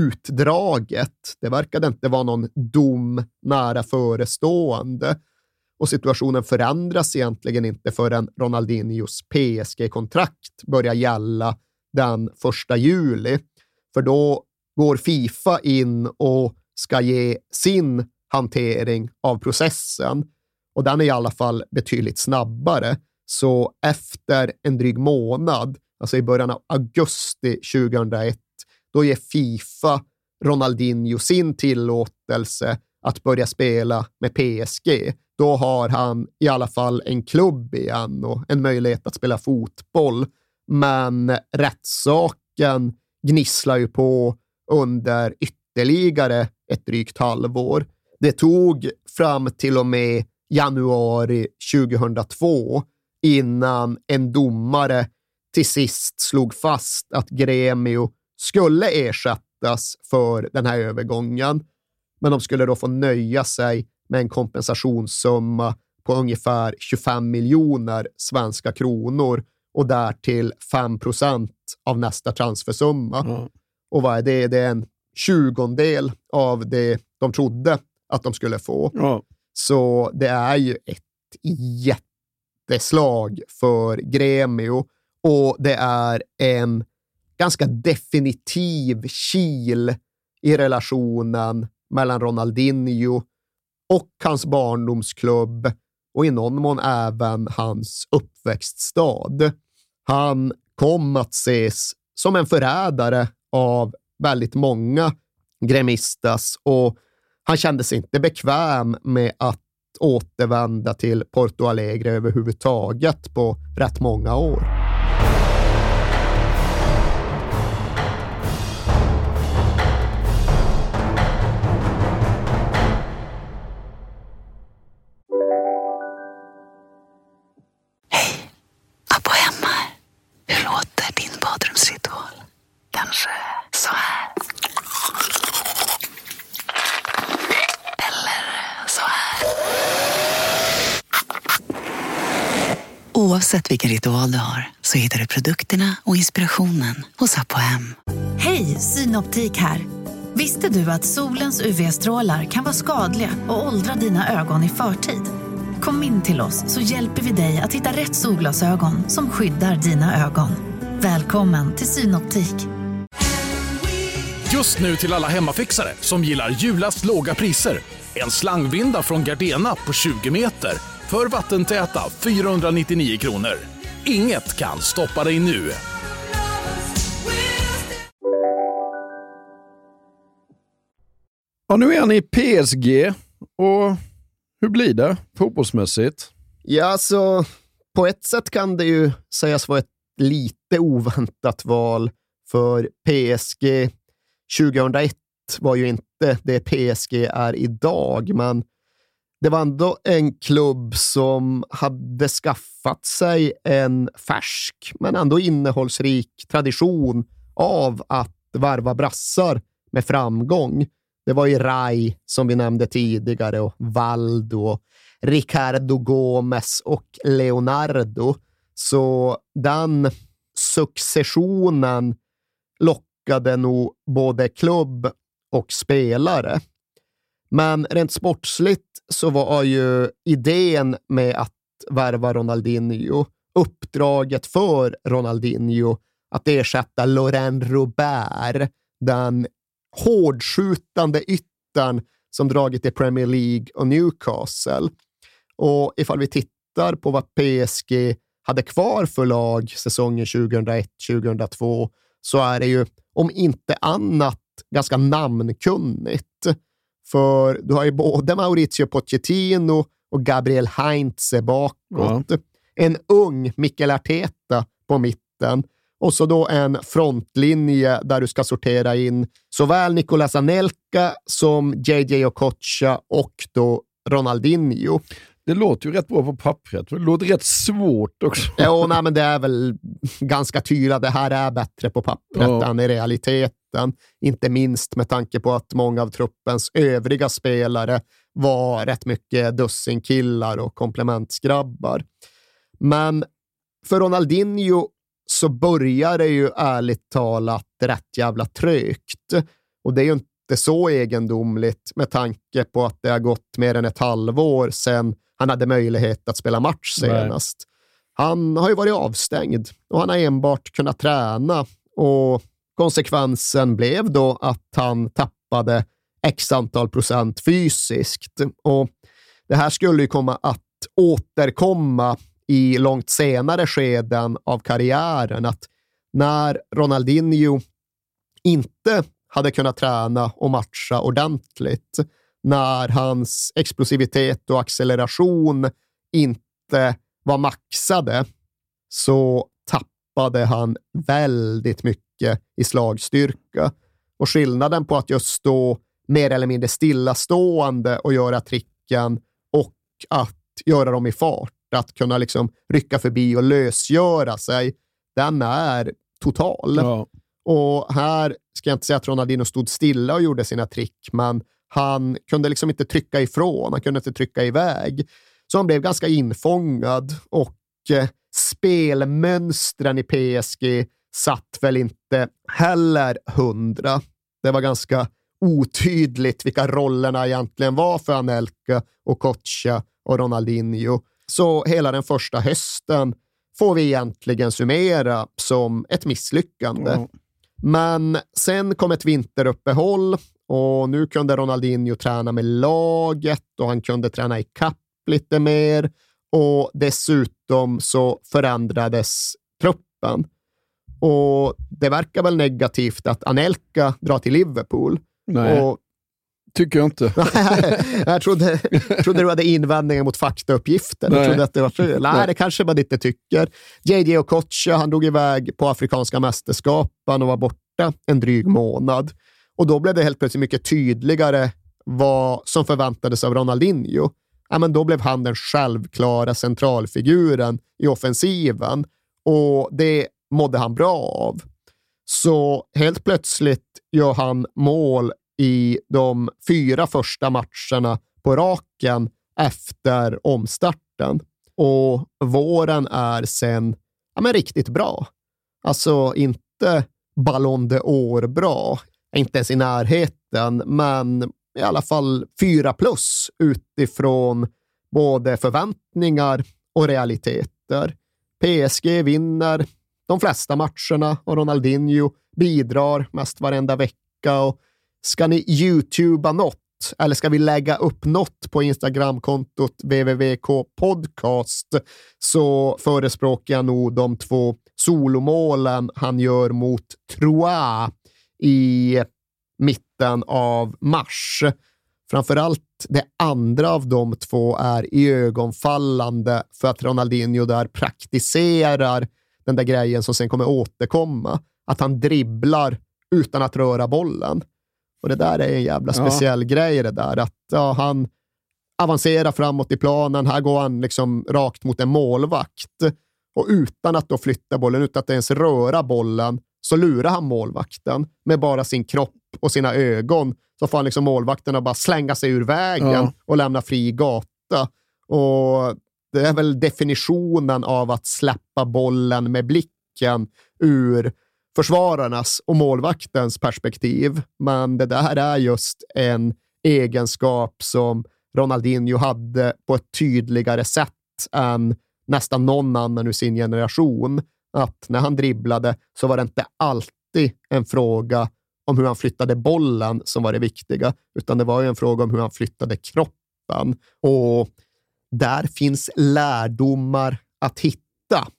utdraget. Det verkade inte vara någon dom nära förestående. Och situationen förändras egentligen inte förrän Ronaldinhos PSG-kontrakt börjar gälla den 1 juli. För då går FIFA in och ska ge sin hantering av processen. Och den är i alla fall betydligt snabbare. Så efter en dryg månad, alltså i början av augusti 2001, då ger FIFA Ronaldinho sin tillåtelse att börja spela med PSG. Då har han i alla fall en klubb igen och en möjlighet att spela fotboll. Men rättssaken gnisslar ju på under ytterligare ett drygt halvår. Det tog fram till och med januari 2002 innan en domare till sist slog fast att Gremio skulle ersättas för den här övergången. Men de skulle då få nöja sig med en kompensationssumma på ungefär 25 miljoner svenska kronor och därtill 5% av nästa transfersumma. Mm. Och vad är det? Det är en 20-del av det de trodde att de skulle få. Mm. Så det är ju ett jätteslag för Gremio och det är en ganska definitiv kil i relationen mellan Ronaldinho och hans barndomsklubb och i någon mån även hans uppväxtstad. Han kom att ses som en förrädare av väldigt många gremistas och han kände sig inte bekväm med att återvända till Porto Alegre överhuvudtaget på rätt många år. Hej, Abbo hemma. Hur låter din badrumsritual? Kanske så här. Eller så här. Oavsett vilken ritual du har så hittar du produkterna och inspirationen hos Abbo Hem. Hej, Synoptik här. Visste du att solens UV-strålar kan vara skadliga och åldra dina ögon i förtid? Kom in till oss så hjälper vi dig att hitta rätt solglasögon som skyddar dina ögon. Välkommen till Synoptik. Just nu till alla hemmafixare som gillar julast låga priser. En slangvinda från Gardena på 20 meter för vattentäta 499 kronor. Inget kan stoppa dig nu. Ja, nu är han i PSG och hur blir det fotbollsmässigt? Ja, så på ett sätt kan det ju sägas vara ett lite oväntat val, för PSG 2001 var ju inte det PSG är idag, men det var ändå en klubb som hade skaffat sig en färsk men ändå innehållsrik tradition av att värva brassar med framgång. Det var ju Rai som vi nämnde tidigare och Valdo, Ricardo Gomes och Leonardo. Så den successionen lockade nog både klubb och spelare. Men rent sportsligt så var ju idén med att värva Ronaldinho, uppdraget för Ronaldinho att ersätta Laurent Robert, den hårdskjutande yttern som dragit till Premier League och Newcastle. Och ifall vi tittar på vad PSG hade kvar för lag säsongen 2001-2002 så är det ju om inte annat ganska namnkunnigt. För du har ju både Mauricio Pochettino och Gabriel Heinze bakåt. Ja. En ung Mikel Arteta på mitten. Och så då en frontlinje där du ska sortera in såväl Nicolas Anelka som JJ Okocha och då Ronaldinho. Det låter ju rätt bra på pappret, men det låter rätt svårt också. Ja, nej, men det är väl ganska tydligt. Det här är bättre på pappret än i realiteten. Inte minst med tanke på att många av truppens övriga spelare var rätt mycket dussinkillar och komplementsgrabbar. Men för Ronaldinho så börjar det ju ärligt talat rätt jävla trögt. Och det är ju inte så egendomligt med tanke på att det har gått mer än ett halvår sedan han hade möjlighet att spela match senast. Nej. Han har ju varit avstängd och han har enbart kunnat träna, och konsekvensen blev då att han tappade x antal procent fysiskt. Och det här skulle ju komma att återkomma i långt senare skeden av karriären, att när Ronaldinho inte hade kunnat träna och matcha ordentligt, när hans explosivitet och acceleration inte var maxade, så tappade han väldigt mycket i slagstyrka. Och skillnaden på att just stå mer eller mindre stillastående och göra tricken och att göra dem i fart, att kunna liksom rycka förbi och lösgöra sig, den är total. Ja. Och här ska jag inte säga att Ronaldinho stod stilla och gjorde sina trick, men han kunde liksom inte trycka ifrån, han kunde inte trycka iväg. Så han blev ganska infångad, och spelmönstren i PSG satt väl inte heller 100. Det var ganska otydligt vilka rollerna egentligen var för Anelka och Kocha och Ronaldinho. Så hela den första hösten får vi egentligen summera som ett misslyckande. Mm. Men sen kom ett vinteruppehåll och nu kunde Ronaldinho träna med laget och han kunde träna i kapp lite mer, och dessutom så förändrades truppen. Och det verkar väl negativt att Anelka drar till Liverpool. Nej. Och tycker jag inte. Jag trodde du hade invändningar mot faktauppgifter. Jag trodde att det var fel. Nej, det kanske man inte tycker. JJ Okocha, han drog iväg på Afrikanska mästerskapen och var borta en dryg månad. Och då blev det helt plötsligt mycket tydligare vad som förväntades av Ronaldinho. Ja, men då blev han den självklara centralfiguren i offensiven, och det mådde han bra av. Så helt plötsligt gör han mål i de 4 första matcherna på raken efter omstarten. Och våren är sen riktigt bra. Alltså inte Ballon d'Or bra. inte ens i närheten, men i alla fall 4+ utifrån både förväntningar och realiteter. PSG vinner de flesta matcherna och Ronaldinho bidrar mest varenda vecka. Och ska ni YouTubea något eller ska vi lägga upp något på Instagramkontot www.podcast så förespråkar jag nog de 2 solomålen han gör mot Troyes i mitten av mars. Framförallt det andra av de 2 är iögonfallande för att Ronaldinho där praktiserar den där grejen som sen kommer återkomma. Att han dribblar utan att röra bollen. Och det där är en jävla speciell grej det där. Att han avancerar framåt i planen. Här går han liksom rakt mot en målvakt. Och utan att då flytta bollen, utan att ens röra bollen, så lurar han målvakten med bara sin kropp och sina ögon. Så får han liksom målvakten att bara slänga sig ur vägen och lämna fri gata. Och det är väl definitionen av att släppa bollen med blicken ur försvararnas och målvaktens perspektiv. Men det där är just en egenskap som Ronaldinho hade på ett tydligare sätt än nästan någon annan ur sin generation. Att när han dribblade så var det inte alltid en fråga om hur han flyttade bollen som var det viktiga, utan det var ju en fråga om hur han flyttade kroppen. Och där finns lärdomar att hitta.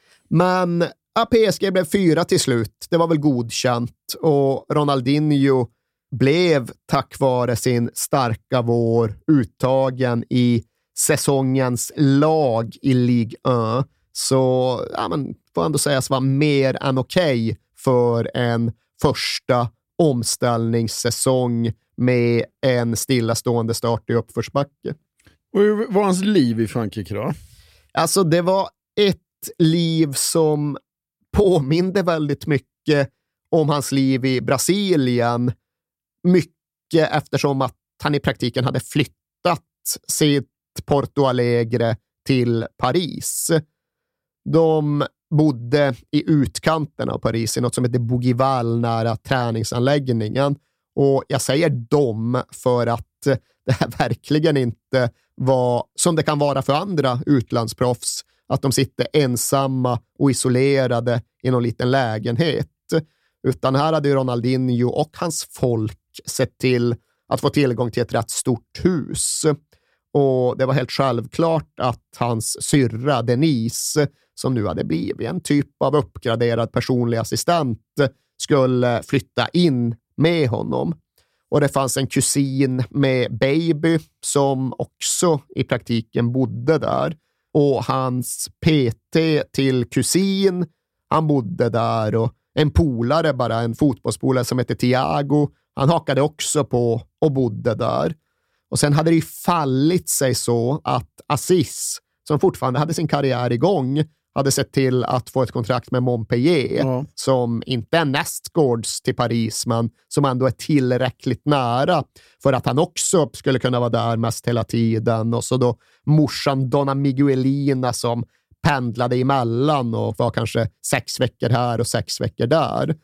Men PSG blev 4 till slut. Det var väl godkänt. Och Ronaldinho blev tack vare sin starka vår uttagen i säsongens lag i Ligue 1. Så får ändå sägas vara mer än okej för en första omställningssäsong med en stillastående start i uppförsbacke. Och hur var hans liv i Frankrike då? Alltså det var ett liv som påminde väldigt mycket om hans liv i Brasilien. Mycket eftersom att han i praktiken hade flyttat sitt Porto Alegre till Paris. De bodde i utkanten av Paris i något som heter Bougival nära träningsanläggningen. Och jag säger dem för att det här verkligen inte var som det kan vara för andra utlandsproffs, att de sitter ensamma och isolerade i någon liten lägenhet. Utan här hade Ronaldinho och hans folk sett till att få tillgång till ett rätt stort hus. Och det var helt självklart att hans syrra Denise, som nu hade blivit en typ av uppgraderad personlig assistent, skulle flytta in med honom. Och det fanns en kusin med baby som också i praktiken bodde där. Och hans PT till kusin, han bodde där, och en polare, bara en fotbollspolare som heter Thiago, han hakade också på och bodde där. Och sen hade det ju fallit sig så att Assis, som fortfarande hade sin karriär igång, hade sett till att få ett kontrakt med Montpellier, som inte är nästgårds till Paris, men som ändå är tillräckligt nära för att han också skulle kunna vara där mest hela tiden. Och så då morsan Donna Miguelina som pendlade emellan och var kanske 6 veckor här och 6 veckor där.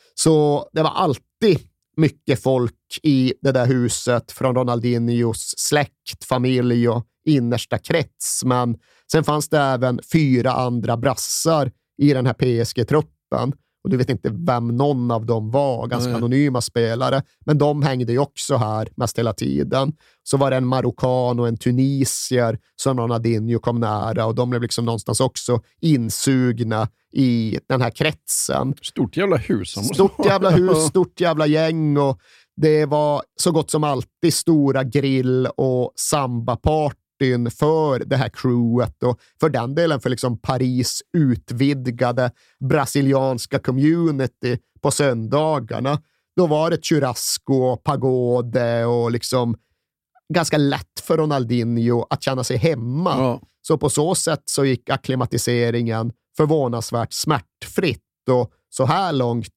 Så det var alltid mycket folk i det där huset från Ronaldinhos släkt, familj och innersta krets. Men sen fanns det även 4 andra brassar i den här PSG-truppen. Och du vet inte vem någon av dem var, ganska anonyma spelare. Men de hängde ju också här mest hela tiden. Så var det en marockan och en tunisier som Ronaldinho kom nära. Och de blev liksom någonstans också insugna i den här kretsen. Stort jävla hus. Stort jävla hus, stort jävla gäng. Och det var så gott som alltid stora grill- och samba-partyn för det här crewet, och för den delen för liksom Paris utvidgade brasilianska community på söndagarna. Då var det churrasco och pagode och liksom ganska lätt för Ronaldinho att känna sig hemma. Ja. Så på så sätt så gick akklimatiseringen förvånansvärt smärtfritt, och så här långt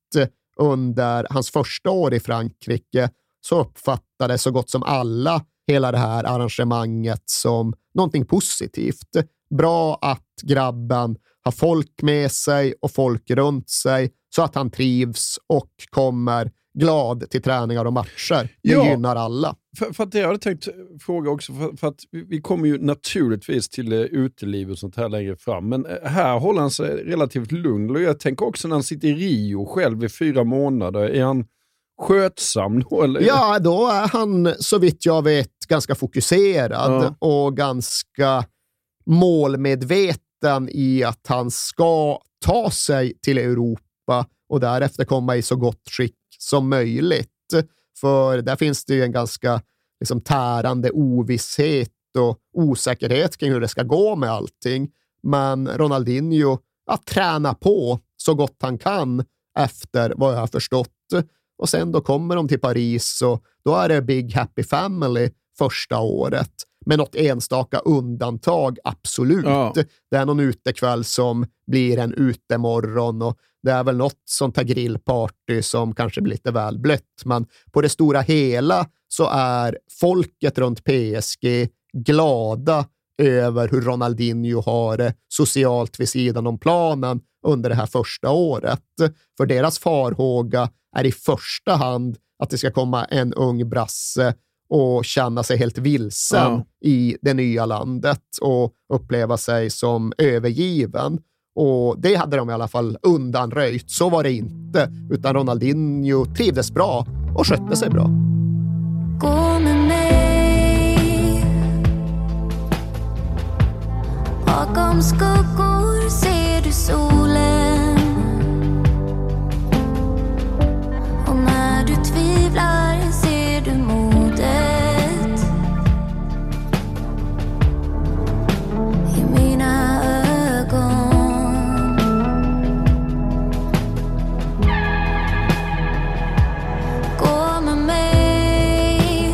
under hans första år i Frankrike så uppfattade så gott som alla hela det här arrangemanget som någonting positivt. Bra att grabben har folk med sig och folk runt sig så att han trivs och kommer glad till träningar och matcher. Det gynnar alla. För att jag hade tänkt fråga också, för att vi kommer ju naturligtvis till uteliv och sånt här längre fram, men här håller han sig relativt lugn. Och jag tänker också när han sitter i Rio själv i 4 månader, är han skötsam då? Eller? Ja, då är han så vitt jag vet ganska fokuserad och ganska målmedveten i att han ska ta sig till Europa och därefter komma i så gott skick som möjligt. För där finns det ju en ganska liksom tärande ovisshet och osäkerhet kring hur det ska gå med allting. Men Ronaldinho tränar på så gott han kan efter vad jag har förstått. Och sen då kommer de till Paris och då är det Big Happy Family första året. Med något enstaka undantag, absolut. Ja. Det är någon utekväll som blir en utemorgon och det är väl något sånt här grillparty som kanske blir lite väl blött. Men på det stora hela så är folket runt PSG glada över hur Ronaldinho har det socialt vid sidan om planen under det här första året. För deras farhåga är i första hand att det ska komma en ung brasse och känna sig helt vilsen i det nya landet och uppleva sig som övergiven. Och det hade de i alla fall undanröjt. Så var det inte. Utan Ronaldinho trivdes bra och skötte sig bra. Gå med mig. Bakom skuggor ser du solen. Och när du tvivlar ser du modet i mina ögon. Gå med mig.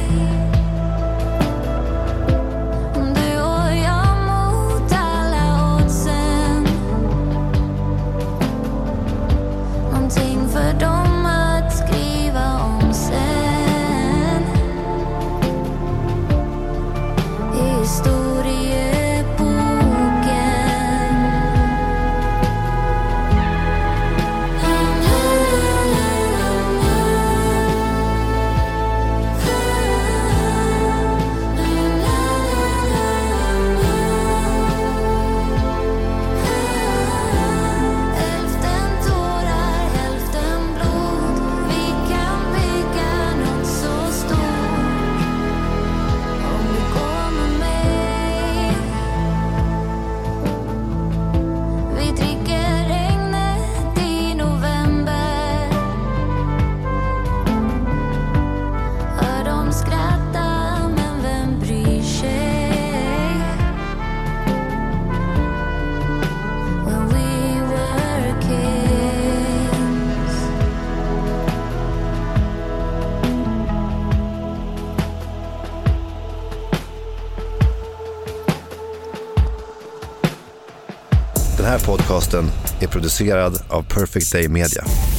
Du och jag mot alla oddsen. Någonting för dem att skriva om sen. I historieboken. Hälften tårar, hälften blod. Vi kan bygga något så stort. Om du går med mig. Vi dricker regnet i november. Hör dem skratta, men vem bryr sig? When we were kids. Den här podcasten är producerad av Perfect Day Media.